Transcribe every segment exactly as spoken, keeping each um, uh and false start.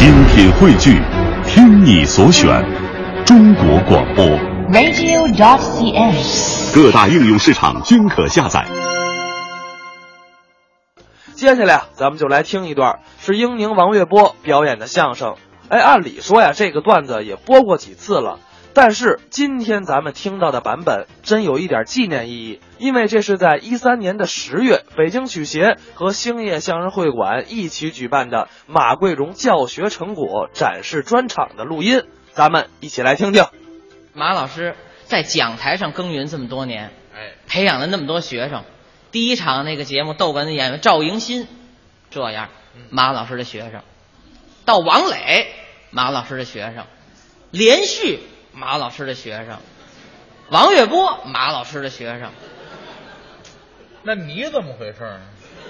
精品汇聚，听你所选，中国广播 radio dot c n， 各大应用市场均可下载。 接下来啊，咱们就来听一段是英宁王月波表演的相声。哎，按理说呀，这个段子也播过几次了，但是今天咱们听到的版本真有一点纪念意义，因为这是在一三年的十月，北京曲协和兴业相声会馆一起举办的马桂荣教学成果展示专场的录音，咱们一起来听听。 马老师在讲台上耕耘这么多年，哎，培养了那么多学生。第一场那个节目，逗哏的演员赵迎新，这样，马老师的学生；到王磊，马老师的学生；连续，马老师的学生；王月波，马老师的学生。 那你怎么回事呢？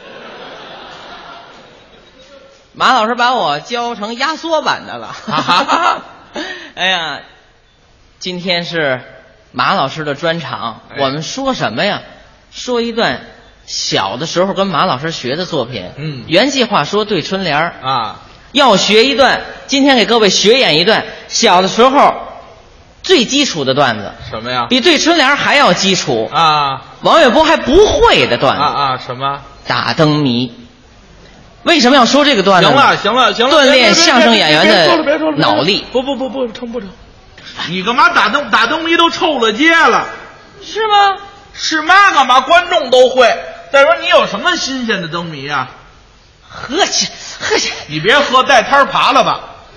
马老师把我教成压缩版的了。哎呀，今天是马老师的专场，哎，我们说什么呀？说一段小的时候跟马老师学的作品。嗯，原计划说对春联啊，要学一段，今天给各位学演一段小的时候最基础的段子。 什么呀？比对春联还要基础啊！ 王月波还不会的段子啊啊！什么？ 打灯谜。为什么要说这个段子？ 行了行了行了， 锻炼相声演员的脑力。 不不不不成不成，你干嘛打灯打灯谜都臭了街了？ 是吗？ 是嘛？干嘛观众都会？再说你有什么新鲜的灯谜啊？ 喝去喝去！ 你别喝，带摊爬了吧。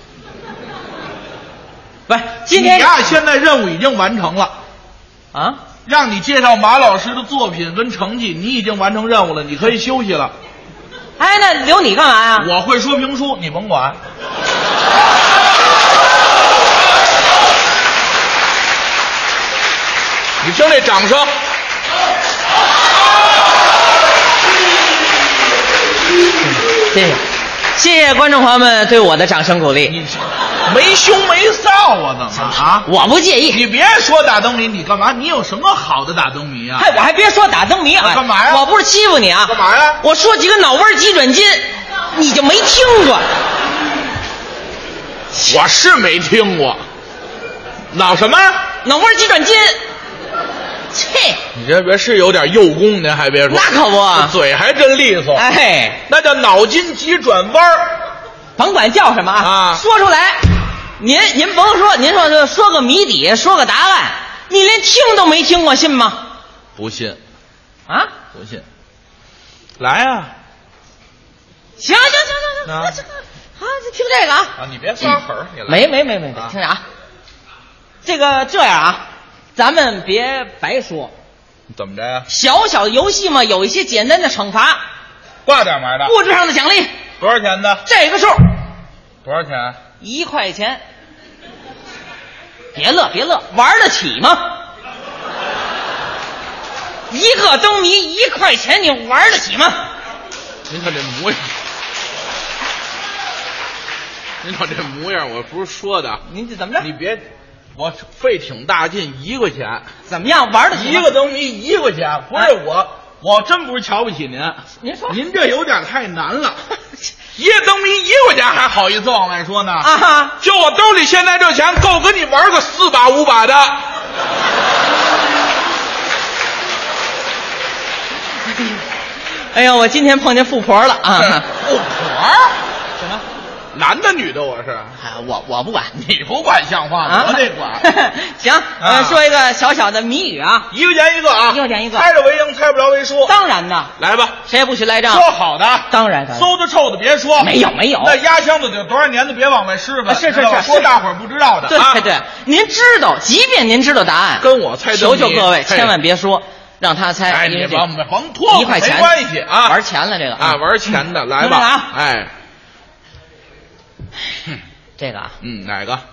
不是，今天你呀，现在任务已经完成了啊！ 让你介绍马老师的作品跟成绩，你已经完成任务了，你可以休息了。 哎，那留你干嘛呀？ 我会说评书，你甭管。你听这掌声。 谢谢，谢谢观众朋友们对我的掌声鼓励。 你没羞没臊啊？怎么啊？ 我不介意。 你别说打灯谜，你干嘛？你有什么好的打灯谜啊？ 嗨，我还别说打灯谜啊！ 干嘛呀？ 我不是欺负你啊！ 干嘛呀？ 我说几个脑弯急转筋，你就没听过？ 我是没听过。脑什么？ 脑弯急转筋。切！ 你这别是有点幼功，您还别说， 那可不， 嘴还真利索。 哎， 那叫脑筋急转弯儿， 甭管叫什么啊，说出来。您您甭说，您说说说个谜底，说个答案，你连听都没听过，信吗？ 不信。 啊？ 不信。来啊！ 行行行行行，好，就听这个啊。 啊，你别撒狠儿，你来。 没没没没没，听着啊。这个这样啊。咱们别白说， 怎么着呀？ 小小的游戏嘛，有一些简单的惩罚， 挂点嘛的， 物质上的奖励， 多少钱的？ 这个数， 多少钱？ 一块钱。别乐别乐，玩得起吗？一个灯谜一块钱，你玩得起吗？ 您看这模样，您看这模样，我不是说的。 您这怎么着？ 你别。我费挺大劲，一块钱怎么样？玩的一个灯谜一块钱，不是我，啊、我真不是瞧不起您。 您说， 您这有点太难了。一个灯谜一块钱还好意思往外说呢？ 啊哈！ 就我兜里现在这钱，够跟你玩个四把五把的。 哎呀，我今天碰见富婆了啊！ 富婆？ 什么？ 男的女的？我是， 啊、我我不管， 你不管像话吗？啊、我得管。 行，呃、啊，说一个小小的谜语啊， 一块钱一个啊， 一块钱一个， 猜着为赢，猜不着为输。 当然的， 来吧， 谁也不许赖账。 说好的， 当然， 馊的臭的别说， 没有没有。 那压箱子有多少年的别往外施吧。 是是是， 说大伙儿不知道的。 对对对，您知道，即便您知道答案， 跟我猜。 求求各位，千万别说。让他猜， 哎， 因为这甭甭拖， 一块钱没关系啊， 玩钱了这个啊，玩钱的，来吧啊， 哎， 这个啊， 嗯，哪个？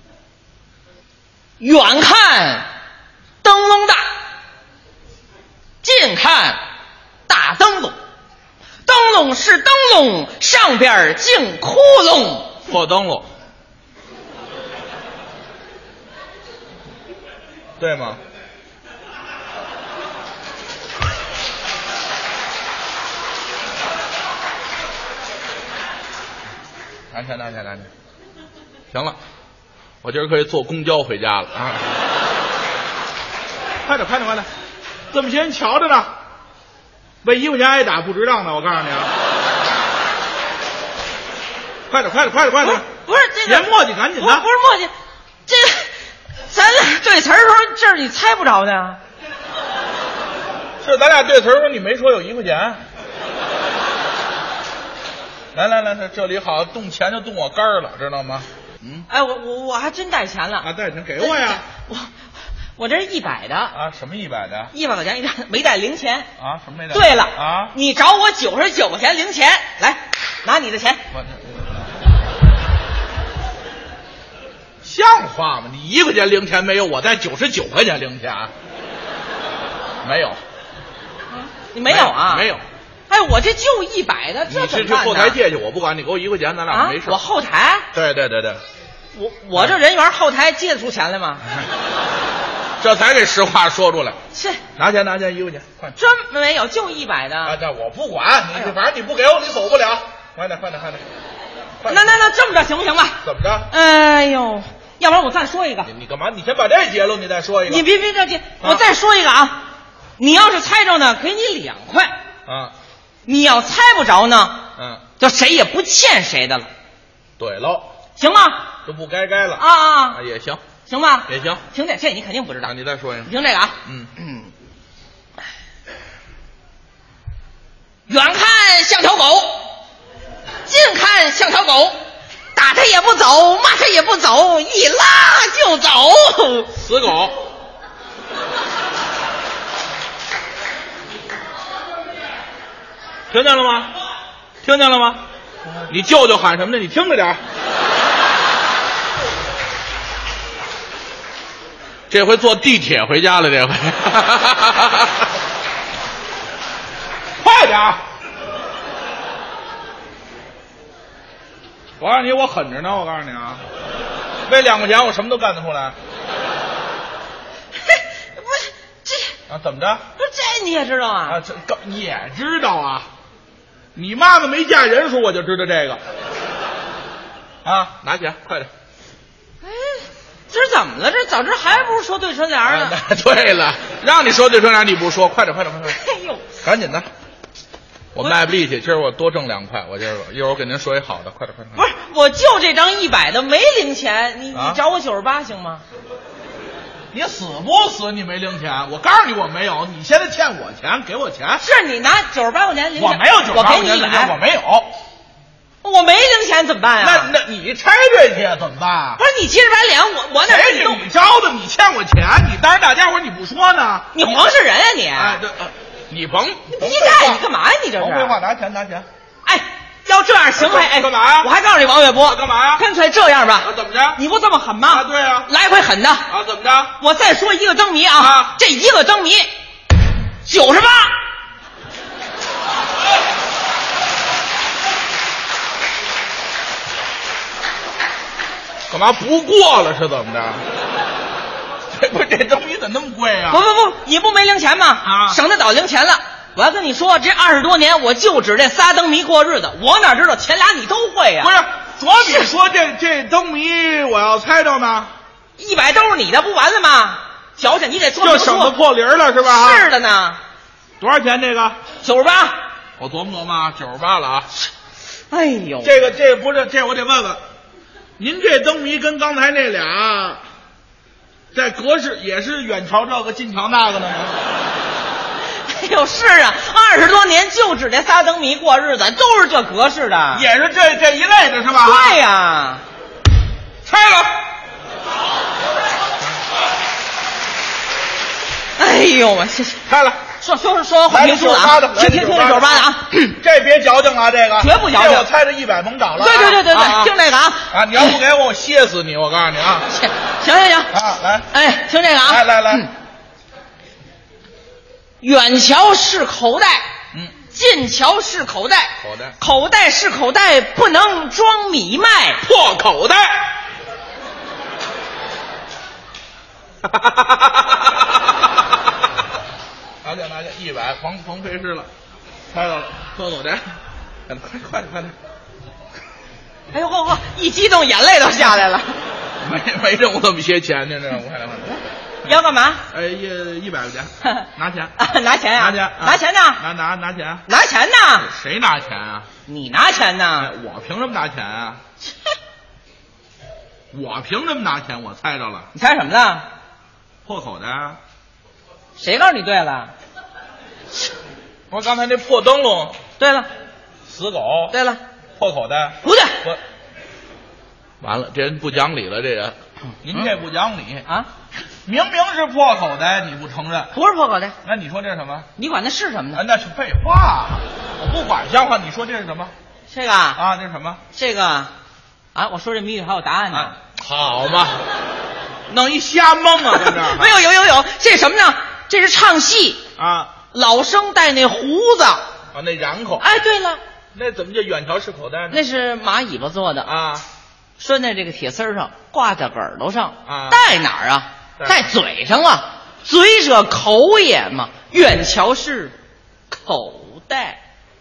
远看灯笼大，近看大灯笼，灯笼是灯笼，上边进窟窿， 破灯笼，对吗？ 拿钱拿钱拿钱。行了，我今儿可以坐公交回家了啊！快点快点快点，这么些人瞧着呢，为一块钱挨打不值当的，我告诉你啊！快点快点快点快点！ 不是这别磨叽，赶紧的！ 不是不是磨叽，这咱俩对词儿的时候，这儿你猜不着呢。 是咱俩对词儿时候，你没说有一块钱。来来来，这里好动钱就动我肝儿了，知道吗？嗯。 哎，我我我还真带钱了。 啊，带钱给我呀！ 我我这是一百的。 啊，什么一百的？ 一百块钱一张，没带零钱。 啊，什么没带？ 对了啊， 你找我九十九块钱零钱，来拿你的钱。 我像话吗？你一块钱零钱没有，我带九十九块钱零钱，没有。 你没有啊？ 没有。 哎，我这就一百的，这你是去后台借去，我不管，你给我一块钱，咱俩没事。 啊、我后台？ 对对对对。 我我这人缘后台借得出钱来吗？ 这才给实话说出来。 是。 拿钱拿钱，一块钱，快。 真没有，就一百的。 啊，这我不管，你、哎、反正你不给我，你走不了。快点快点快点。 那那那这么着行不行吧？ 怎么着？ 哎呦，要不然我再说一个。 你, 你干嘛？你先把这结了，你再说一个。 你别别着急，我再说一个啊！你要是猜着呢，给你两块。 啊。 你要猜不着呢， 嗯， 就谁也不欠谁的了。 对喽， 行吗？ 就不该该了啊啊啊，也行， 行吧？ 也行。 听这这你肯定不知道， 啊、你再说一个。 你听这个啊， 嗯嗯，远看像条狗，近看像条狗，打它也不走，骂它也不走，一拉就走。 死狗。听见了吗？听见了吗？你舅舅喊什么呢？你听着点。这回坐地铁回家了，这回。快点！我告诉你，我狠着呢！我告诉你啊，为两块钱我什么都干得出来。 不是这啊？怎么着？ 不是这你也知道啊？ 啊，这也知道啊。你妈妈没嫁人时候我就知道这个，啊，拿钱，快点！ 哎，这是怎么了？这早知还不如说对春联呢。 啊、对了，让你说对春联你不说，快点，快点，快点！ 哎呦， 赶紧的，我卖不力气，今儿我多挣两块，我今儿一会儿我给您说一好的，快点，快点！ 不是，我就这张一百的没零钱，你、 啊、 你找我九十八行吗？ 你死不死？你没零钱？我告诉你我没有，你现在欠我钱，给我钱。 是你拿九十八块钱零钱， 我没有九十八块钱零钱，我没有。 我没零钱怎么办啊？那那你拆这去怎么办？ 不是你七十八脸，我我哪谁是你招的？你欠我钱，你当着大家伙你不说呢？ 你黄世仁啊你？ 哎，这、呃、你甭你逼债，你干嘛呀？你这是？ 甭废话，拿钱拿钱。 哎。要这样行还哎干嘛呀？ 我还告诉你王月波， 干嘛呀？ 干脆这样吧， 啊，怎么着？ 你不这么狠吗？ 啊，对啊， 来回狠的啊，怎么着？ 我再说一个灯谜啊， 啊这一个灯谜九十八。 干嘛不过了是怎么着？这不这灯谜怎么那么贵啊？ 不不不，你不没零钱吗？ 啊， 省得倒零钱了。我要跟你说，这二十多年我就指这仨灯谜过日子，我哪知道前俩你都会呀、 啊？不是，左比说这这灯谜我要猜着呢， 一百都是你的，不完了吗？瞧瞧，你得说就省得破零了是吧？ 是的呢。 多少钱这个？ 九十八。 我琢磨琢磨，九十八了啊。 哎呦， 这个这个不是，这我得问问，您这灯谜跟刚才那俩，在格式也是远瞧这个近瞧那个的吗？ 哎呦，是啊，二十多年就指这仨灯谜过日子，都是这格式的， 也是这这一类的是吧？ 对呀、啊， 拆了。 哎呦，我这拆了。 说说说话评书的啊，听听听这九十八的啊， 这别矫情啊，这个绝不矫情。 这我猜着一百甭找了。 对对对对对， 啊、 听这个啊啊！你要不给我，我歇死你！我告诉你啊。 行行行啊，来， 哎，听这个啊， 来来来。嗯远瞧是口袋， 嗯， 近瞧是口袋， 口袋， 口袋是口袋，不能装米麦， 破口袋。哈哈哈哈哈哈！拿去拿去，一百，甭甭费事了，猜到了，破口袋，快快点快点！ 哎呦嚯嚯，一激动眼泪都下来了。 没没挣过这么些钱呢，这我看看。 要干嘛？ 哎，一一百块钱，拿钱， 啊、拿钱呀、啊？ 拿钱， 拿钱呢？ 拿拿拿钱， 拿钱呢？ 谁拿钱啊？ 你拿钱呢？ 哎、我凭什么拿钱啊？我凭什么拿钱？我猜着了。 你猜什么呢？ 破口袋。 谁告诉你对了？ 我刚才那破灯笼。 对了。 死狗。 对了。 破口袋。 不对。 我。完了，这人不讲理了，这人。您这不讲理啊！ 明明是破口袋，你不承认？ 不是破口袋。 那你说这是什么？ 你管那是什么呢？ 啊、那是废话，我不管像话。你说这是什么？ 这个啊，这是什么？ 这个啊，我说这谜语还有答案呢。啊、 好嘛，弄一瞎蒙啊，在这儿。 没有，有有有，这是什么呢？这是唱戏啊， 老生戴那胡子啊， 那染口。 哎，对了， 那怎么叫远条式口袋呢？ 那是马尾巴做的啊。 拴在这个铁丝上，挂在耳朵上啊， 戴哪儿啊？戴嘴上啊！嘴者口也嘛，远瞧是口袋。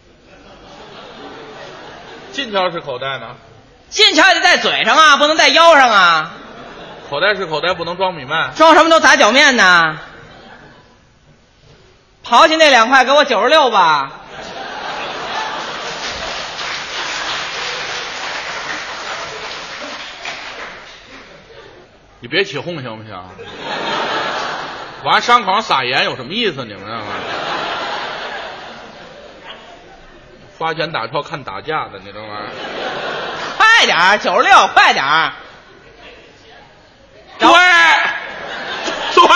近瞧是口袋呢？ 近瞧也得戴嘴上啊，不能戴腰上啊。 口袋是口袋，不能装米饭。 装什么都打脚面呢。刨去那两块，给我九十六吧。 你别起哄行不行？往伤口上撒盐有什么意思？你们这玩意儿，花钱打票看打架的，你这玩意儿。 快点儿，九十六，快点儿。 对，对，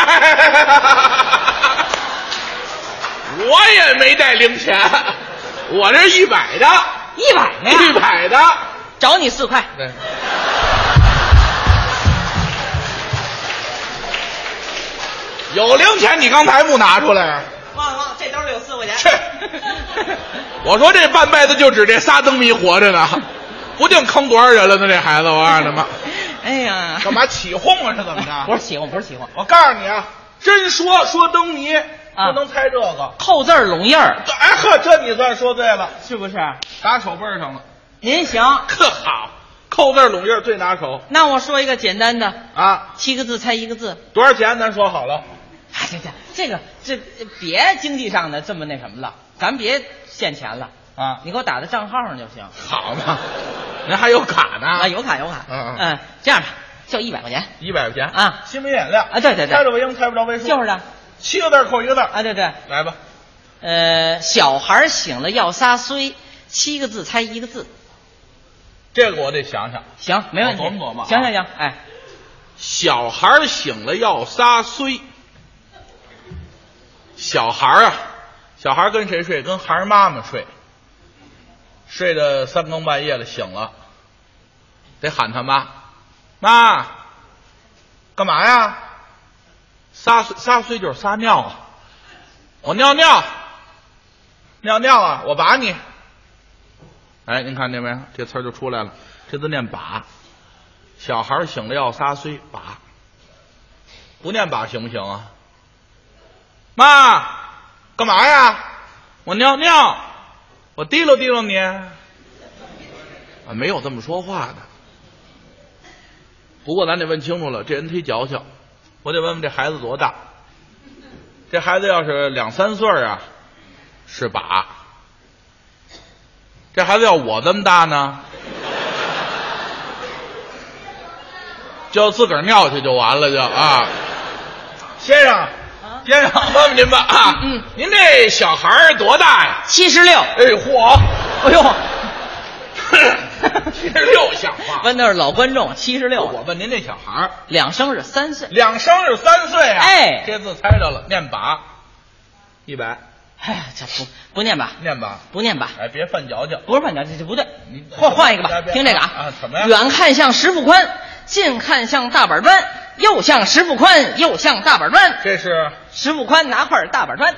我也没带零钱，我这一百的， 一百的， 一百的， 找你四块。 对。有零钱，你刚才不拿出来？ 忘了忘了，这兜里有四块钱。 去！我说这半辈子就指这仨灯谜活着呢，不定坑多少人了呢？这孩子，我告诉你们。 哎呀， 干嘛起哄啊？是怎么着？ 不是起哄，不是起哄。 我告诉你啊，真说说灯谜，不能猜这个扣字拢印儿。 哎呵，这你算说对了， 是不是？ 打手背上了。 您行， 可好，扣字拢印最拿手。 那我说一个简单的啊， 七个字猜一个字， 多少钱？咱说好了。 哎，这这这个这别经济上的这么那什么了，咱别现钱了啊！ 你给我打在账号上就行。 好嘛，您还有卡呢？ 啊，有卡有卡。 嗯嗯，这样吧，就一百块钱。 一百块钱啊， 新闻眼亮啊，对对对， 猜着尾音，猜不着尾数。 就是的， 七个字扣一个字啊，对对， 来吧。 呃，小孩醒了要撒虽，七个字猜一个字。 这个我得想想。 行，没问题。 琢磨琢磨。 行行行，哎， 小孩醒了要撒虽。小孩啊，小孩跟谁睡？跟孩儿妈妈睡。睡到三更半夜了，醒了，得喊他妈，妈，干嘛呀？撒撒虽就是撒尿啊，我尿尿，尿尿啊，我把你。哎，您看见没有？这词儿就出来了，这字念把。小孩醒了要撒虽，把，不念把行不行啊？妈，干嘛呀？我尿尿，我提溜提溜你。啊，没有这么说话的。不过咱得问清楚了，这人忒矫情，我得问问这孩子多大。这孩子要是两三岁啊，是把；这孩子要我这么大呢，就自个儿尿去就完了就啊。先生。先生，问问您吧啊，嗯，您这小孩多大呀？ 七十六。 哎嚯， 哎呦， 七十六像话。 问的是老观众，七十六。 我问您这小孩两生日三岁， 两生日三岁啊？ 哎， 这字猜着了，念把，一百。 哎，这不不念吧？ 念吧， 不念吧？ 哎，别犯矫情。 不是犯矫情，这不对。换换一个吧，听这个啊。 啊，什么呀？ 远看像石富宽，近看像大板砖。又像石富宽，又像大板砖。 这是石富宽拿块大板砖。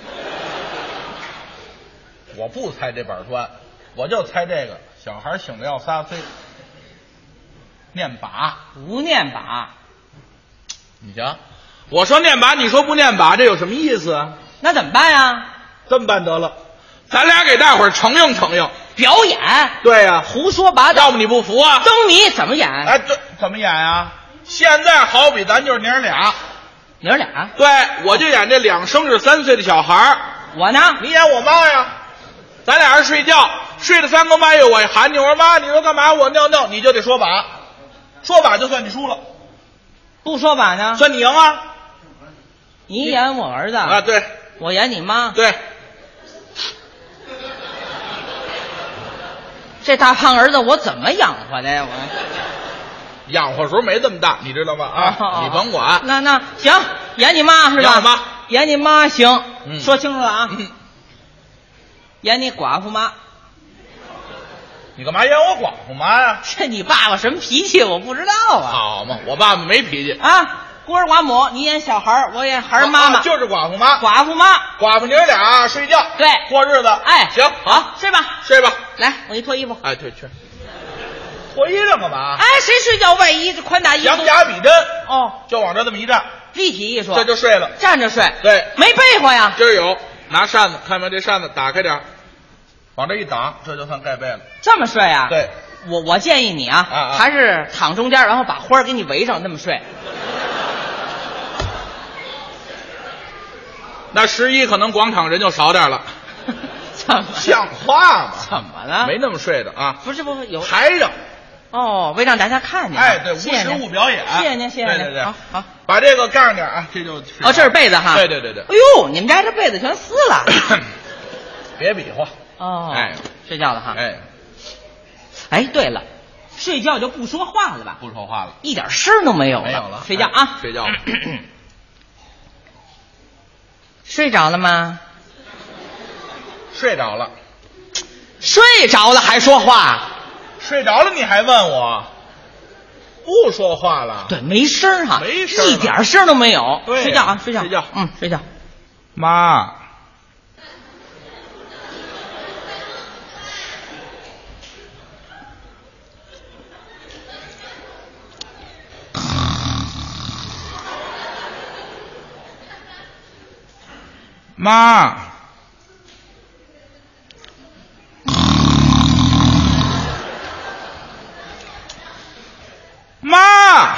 我不猜这板砖，我就猜这个。小孩醒了要撒虽，念把不念把。 你瞧，我说念把，你说不念把，这有什么意思啊？ 那怎么办呀？ 这么办得了，咱俩给大伙儿承应承应， 表演。 对呀、啊， 胡说八道。 要不你不服啊？ 灯谜怎么演？ 哎，对，怎么演啊？现在好比咱就是娘俩， 娘俩。 对，我就演这两生日三岁的小孩， 我呢？ 你演我妈呀。咱俩人睡觉，睡了三更半夜，我喊你，我说妈，你说干嘛？我尿尿，你就得说把，说把就算你输了， 不说把呢， 算你赢啊。 你演我儿子啊？对， 我演你妈。 对。 这大胖儿子我怎么养活的呀？我养活时候没这么大，你知道吗？啊，哦哦你甭管。 那那行，演你妈是吧？ 演我妈， 演你妈行， 嗯、 说清楚了啊。 嗯演你寡妇妈。 你干嘛演我寡妇妈呀？ 这你爸爸什么脾气我不知道啊。 好嘛，我爸爸没脾气啊。孤儿寡母，你演小孩，我演孩儿妈妈、 啊，就是寡妇妈。 寡妇妈， 寡妇娘俩睡觉， 对， 过日子。 哎， 行， 好，睡吧， 睡吧。 来，我给你脱衣服。 哎，对，去。脱衣裳干嘛？ 哎，谁睡觉外衣这宽大衣服？ 杨家比针。 哦， 就往这这么一站， 立体艺术， 这就睡了。 站着睡。 对， 没被窝呀。 今儿有，拿扇子，看没这扇子打开点。往这一挡，这就算盖被了。 这么睡啊？ 对， 我我建议你啊， 啊啊还是躺中间，然后把花给你围上，那么睡。 那十一可能广场人就少点了。 怎么像话吗？ 怎么了？ 没那么睡的啊！ 不是不是有排着。 哦，为让大家看见。 哎，对，无实物表演。 谢谢您，谢谢您。 对对对， 好，好， 把这个盖上点啊，这就哦，这是被子哈。 对对对对。 哎呦，你们家这被子全撕了。 别比划。 哦， 哎， 睡觉了哈。 哎， 哎，对了，睡觉就不说话了吧？ 不说话了， 一点声都没有了。 没有了。 睡觉啊， 睡觉了。 睡着了吗？ 睡着了。 睡着了还说话？ 睡着了你还问我？不说话了。 对，没声哈， 没声， 一点声都没有。 对， 睡觉啊，睡觉， 睡觉， 嗯，睡觉。 妈。妈，妈，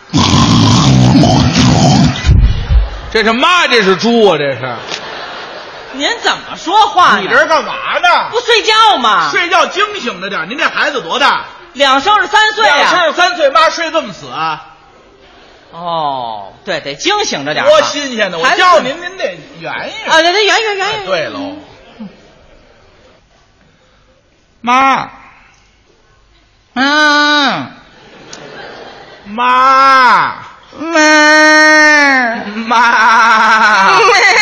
这是妈，这是猪啊，这是。 您怎么说话呢？ 你这干嘛呢？ 不睡觉吗？ 睡觉惊醒着点。您这孩子多大？ 两生日三岁啊。 两生日三岁，妈睡这么死啊？ 哦，对，得惊醒着点。 多新鲜的！我教您，您得圆圆啊，对对，圆圆圆圆。 对喽，妈， 嗯， 妈， 妈， 妈，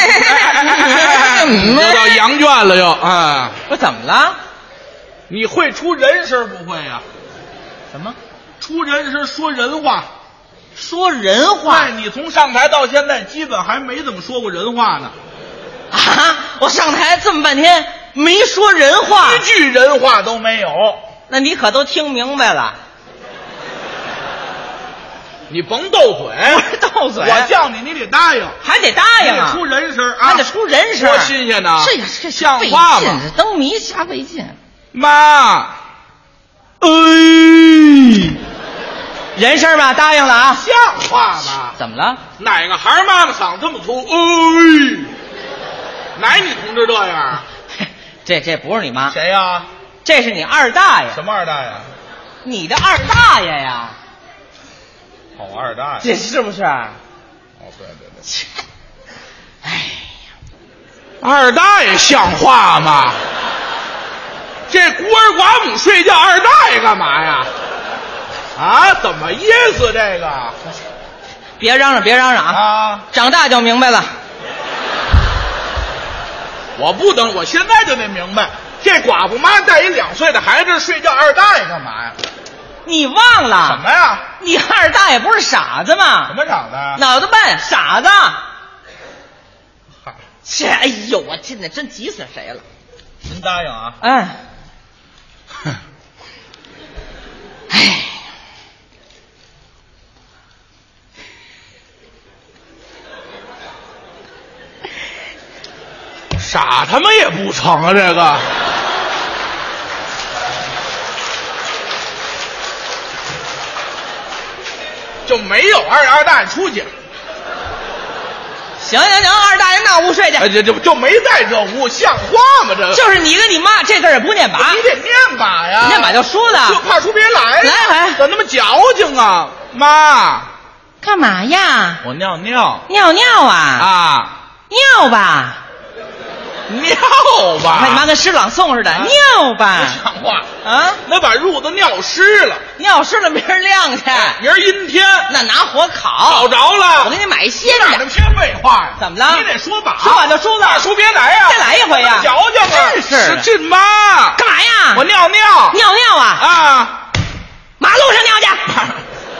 又到羊圈了又啊！ 我怎么了？ 你会出人声不会呀？ 什么？ 出人声说人话。 说人话？ 对，你从上台到现在，基本还没怎么说过人话呢。 啊！我上台这么半天没说人话， 一句人话都没有。 那你可都听明白了。 你甭斗嘴， 我斗嘴， 我叫你，你得答应， 还得答应啊， 得出人声啊， 还得出人声， 多新鲜呐！ 这呀，这像话吗？ 灯谜瞎费劲。 妈，哎。 人声吧，答应了啊！ 像话吗？ 怎么了？ 哪个孩儿妈妈嗓子这么粗？哎，哪你同志这样？ 这这不是你妈？ 谁呀？ 这是你二大爷。 什么二大爷？ 你的二大爷呀！ 哦，二大爷， 这是不是？哦， 对对对。 哎呀， 二大爷像话吗？这孤儿寡母睡觉，二大爷干嘛呀？啊，怎么意思这个？ 别嚷嚷，别嚷嚷啊！ 啊， 长大就明白了。 我不等，我现在就得明白，这寡妇妈带一两岁的孩子睡觉，二大爷干嘛呀？ 你忘了什么呀？ 你二大爷不是傻子吗？ 什么傻子？ 脑子笨，傻子。 嗨， 这哎呦，我现在真急死谁了？ 您答应啊？ 哎，哼，哎。 傻他妈也不成啊！这个就没有二二大爷出去。 行行行，二大爷那屋睡去。 哎，这就就没在这屋，像话吗？这就是你跟你妈这字儿也不念把， 你得念把呀， 念把就输了， 就怕出别来。 来来， 怎么那么矫情啊？妈， 干嘛呀？ 我尿尿。 尿尿啊？ 啊， 尿吧。 尿吧！ 看你妈跟诗朗诵似的，啊、尿吧！ 不像话啊！ 那把褥子尿湿了， 尿湿了，明儿晾去。 哎、明儿阴天， 那拿火烤。 烤着了， 我给你买新的。 哪那么些废话呀？ 怎么了？ 你得说把， 说把就输了， 大叔别来呀！ 再来一回呀！ 矫情啊！ 真是的。 这妈， 干嘛呀？ 我尿尿。 尿尿啊！ 啊！ 马路上尿去。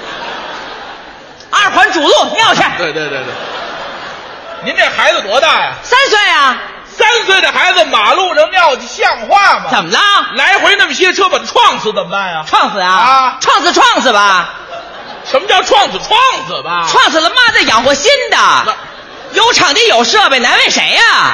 二环主路尿去。 对对对对。您这孩子多大呀？ 三岁啊。 三岁的孩子马路上尿去像话吗？ 怎么了？ 来回那么些车把他撞死怎么办呀？ 撞死啊！ 啊， 撞死撞死吧！ 什么叫撞死撞死吧？ 撞死了妈再养活新的，有场地有设备，难为谁呀？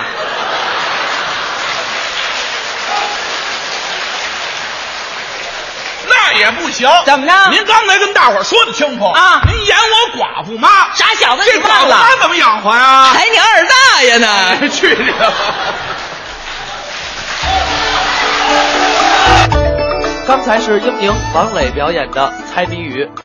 那也不行。 怎么着？ 您刚才跟大伙说的清楚啊！ 您演我寡妇妈， 傻小子， 这寡妇妈怎么养活呀？ 还你二大爷呢？ 哎、去你的！ 刚才是英宁、王磊表演的猜谜语。